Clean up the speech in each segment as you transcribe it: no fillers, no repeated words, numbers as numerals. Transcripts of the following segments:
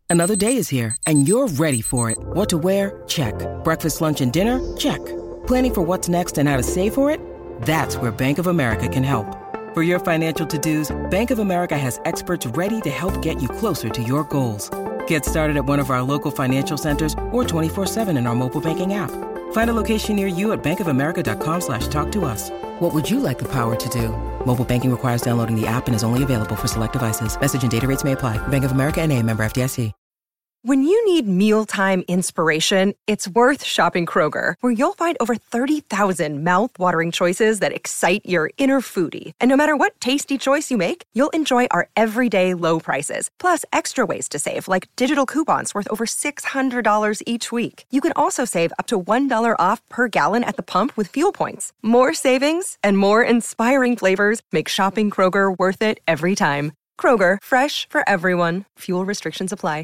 Another day is here, and you're ready for it. What to wear? Check. Breakfast, lunch, and dinner? Check. Planning for what's next and how to save for it? That's where Bank of America can help. For your financial to-dos, Bank of America has experts ready to help get you closer to your goals. Get started at one of our local financial centers or 24/7 in our mobile banking app. Find a location near you at bankofamerica.com/talktous. What would you like the power to do? Mobile banking requires downloading the app and is only available for select devices. Message and data rates may apply. Bank of America N.A., member FDIC. When you need mealtime inspiration, it's worth shopping Kroger, where you'll find over 30,000 mouth-watering choices that excite your inner foodie. And no matter what tasty choice you make, you'll enjoy our everyday low prices, plus extra ways to save, like digital coupons worth over $600 each week. You can also save up to $1 off per gallon at the pump with fuel points. More savings and more inspiring flavors make shopping Kroger worth it every time. Kroger, fresh for everyone. Fuel restrictions apply.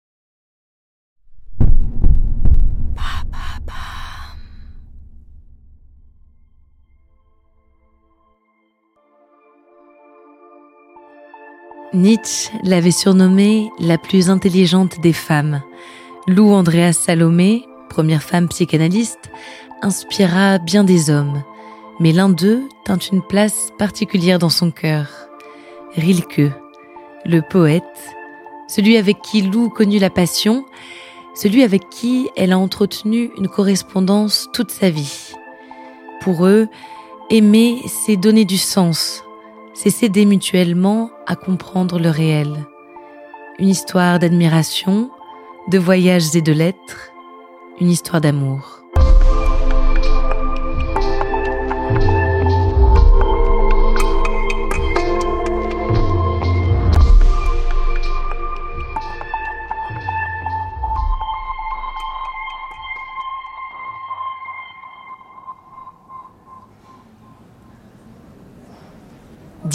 Nietzsche l'avait surnommée la plus intelligente des femmes. Lou Andréas Salomé, première femme psychanalyste, inspira bien des hommes. Mais l'un d'eux tint une place particulière dans son cœur. Rilke, le poète, celui avec qui Lou connut la passion, celui avec qui elle a entretenu une correspondance toute sa vie. Pour eux, aimer, c'est donner du sens, c'est s'aider mutuellement à comprendre le réel. Une histoire d'admiration, de voyages et de lettres, une histoire d'amour. «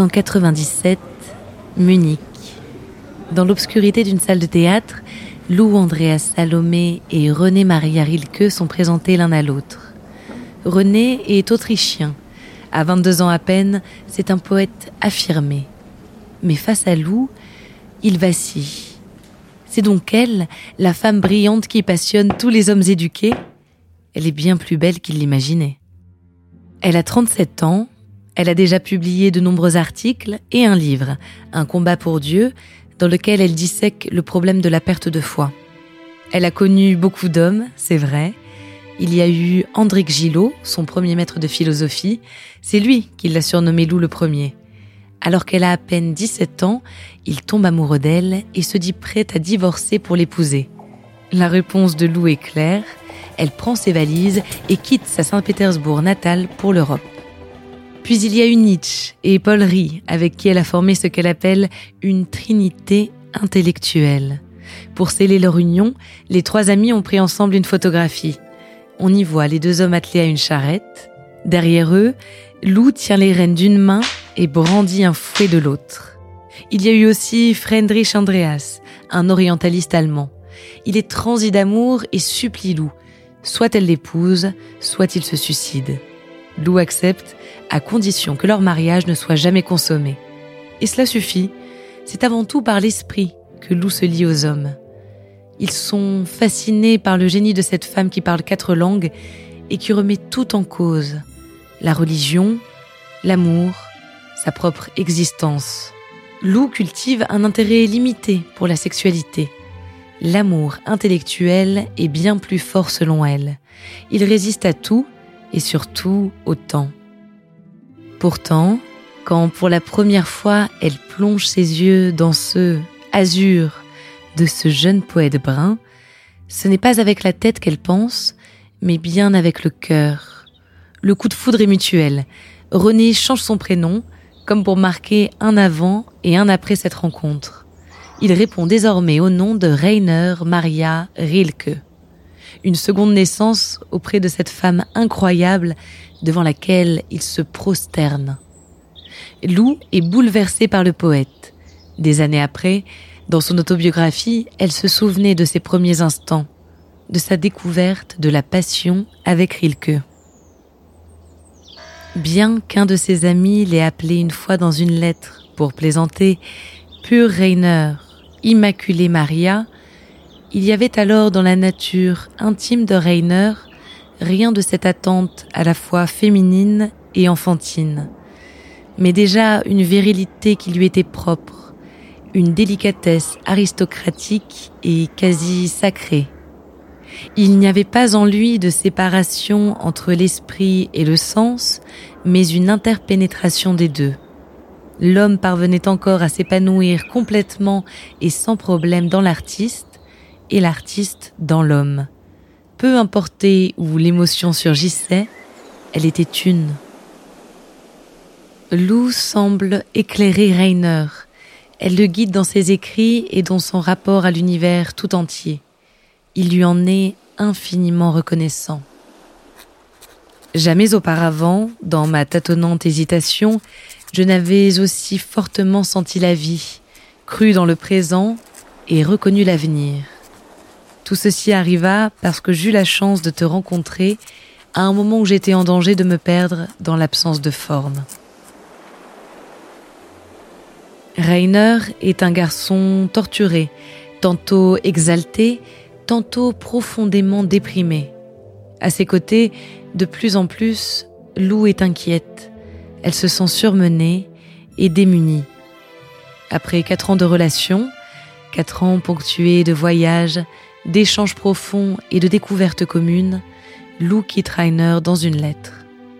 1897, Munich. Dans l'obscurité d'une salle de théâtre, Lou Andréas Salomé et René Maria Rilke sont présentés l'un à l'autre. René est autrichien. À 22 ans à peine, c'est un poète affirmé. Mais face à Lou, il vacille. C'est donc elle, la femme brillante qui passionne tous les hommes éduqués. Elle est bien plus belle qu'il l'imaginait. Elle a 37 ans. Elle a déjà publié de nombreux articles et un livre, Un combat pour Dieu, dans lequel elle dissèque le problème de la perte de foi. Elle a connu beaucoup d'hommes, c'est vrai. Il y a eu Hendrik Gillot, son premier maître de philosophie. C'est lui qui l'a surnommé Lou le premier. Alors qu'elle a à peine 17 ans, il tombe amoureux d'elle et se dit prête à divorcer pour l'épouser. La réponse de Lou est claire. Elle prend ses valises et quitte sa Saint-Pétersbourg natale pour l'Europe. Puis il y a eu Nietzsche et Paul Rie, avec qui elle a formé ce qu'elle appelle une trinité intellectuelle. Pour sceller leur union, les trois amis ont pris ensemble une photographie. On y voit les deux hommes attelés à une charrette. Derrière eux, Lou tient les rênes d'une main et brandit un fouet de l'autre. Il y a eu aussi Friedrich Andreas, un orientaliste allemand. Il est transi d'amour et supplie Lou. Soit elle l'épouse, soit il se suicide. Lou accepte, à condition que leur mariage ne soit jamais consommé. Et cela suffit, c'est avant tout par l'esprit que Lou se lie aux hommes. Ils sont fascinés par le génie de cette femme qui parle 4 langues et qui remet tout en cause. La religion, l'amour, sa propre existence. Lou cultive un intérêt limité pour la sexualité. L'amour intellectuel est bien plus fort selon elle. Il résiste à tout et surtout au temps. Pourtant, quand pour la première fois elle plonge ses yeux dans ce azur de ce jeune poète brun, ce n'est pas avec la tête qu'elle pense, mais bien avec le cœur. Le coup de foudre est mutuel. René change son prénom, comme pour marquer un avant et un après cette rencontre. Il répond désormais au nom de Rainer Maria Rilke. Une seconde naissance auprès de cette femme incroyable devant laquelle il se prosterne. Lou est bouleversée par le poète. Des années après, dans son autobiographie, elle se souvenait de ses premiers instants, de sa découverte de la passion avec Rilke. Bien qu'un de ses amis l'ait appelé une fois dans une lettre pour plaisanter « Pur Rainer », Immaculée Maria, il y avait alors dans la nature intime de Rainer rien de cette attente à la fois féminine et enfantine, mais déjà une virilité qui lui était propre, une délicatesse aristocratique et quasi sacrée. Il n'y avait pas en lui de séparation entre l'esprit et le sens, mais une interpénétration des deux. L'homme parvenait encore à s'épanouir complètement et sans problème dans l'artiste, et l'artiste dans l'homme. Peu importé où l'émotion surgissait, elle était une. Lou semble éclairer Rainer. Elle le guide dans ses écrits et dans son rapport à l'univers tout entier. Il lui en est infiniment reconnaissant. Jamais auparavant, dans ma tâtonnante hésitation, je n'avais aussi fortement senti la vie, cru dans le présent et reconnu l'avenir. Tout ceci arriva parce que j'eus la chance de te rencontrer à un moment où j'étais en danger de me perdre dans l'absence de forme. Rainer est un garçon torturé, tantôt exalté, tantôt profondément déprimé. À ses côtés, de plus en plus, Lou est inquiète. Elle se sent surmenée et démunie. Après 4 ans de relation, 4 ans ponctués de voyages, d'échanges profonds et de découvertes communes, Lou quitte Rainer dans une lettre.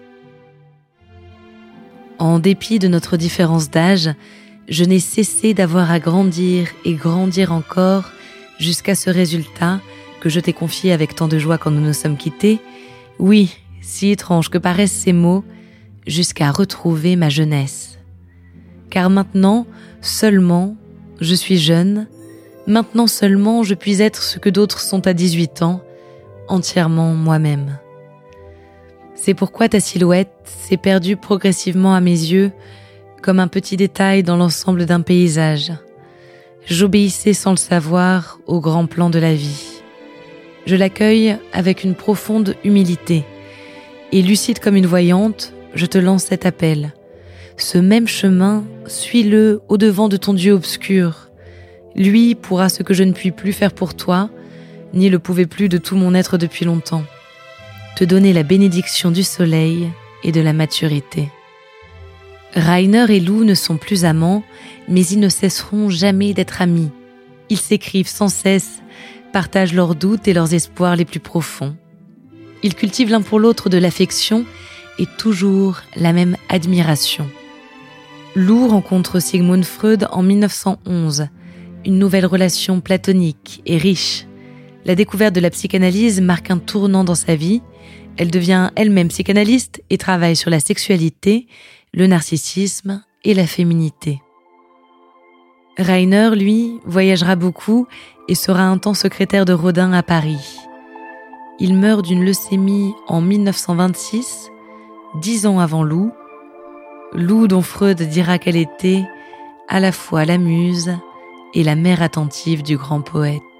En dépit de notre différence d'âge, je n'ai cessé d'avoir à grandir et grandir encore jusqu'à ce résultat que je t'ai confié avec tant de joie quand nous nous sommes quittés. Oui, si étrange que paraissent ces mots, jusqu'à retrouver ma jeunesse. Car maintenant, seulement, je suis jeune, maintenant seulement je puis être ce que d'autres sont à 18 ans, entièrement moi-même. C'est pourquoi ta silhouette s'est perdue progressivement à mes yeux, comme un petit détail dans l'ensemble d'un paysage. J'obéissais sans le savoir au grand plan de la vie. Je l'accueille avec une profonde humilité, et lucide comme une voyante, je te lance cet appel. Ce même chemin, suis-le au-devant de ton Dieu obscur. Lui pourra ce que je ne puis plus faire pour toi, ni le pouvais plus de tout mon être depuis longtemps. Te donner la bénédiction du soleil et de la maturité. Rainer et Lou ne sont plus amants, mais ils ne cesseront jamais d'être amis. Ils s'écrivent sans cesse, partagent leurs doutes et leurs espoirs les plus profonds. Ils cultivent l'un pour l'autre de l'affection et toujours la même admiration. Lou rencontre Sigmund Freud en 1911, une nouvelle relation platonique et riche. La découverte de la psychanalyse marque un tournant dans sa vie. Elle devient elle-même psychanalyste et travaille sur la sexualité, le narcissisme et la féminité. Rainer, lui, voyagera beaucoup et sera un temps secrétaire de Rodin à Paris. Il meurt d'une leucémie en 1926, 10 ans avant Lou. Lou dont Freud dira qu'elle était à la fois la muse et la mère attentive du grand poète.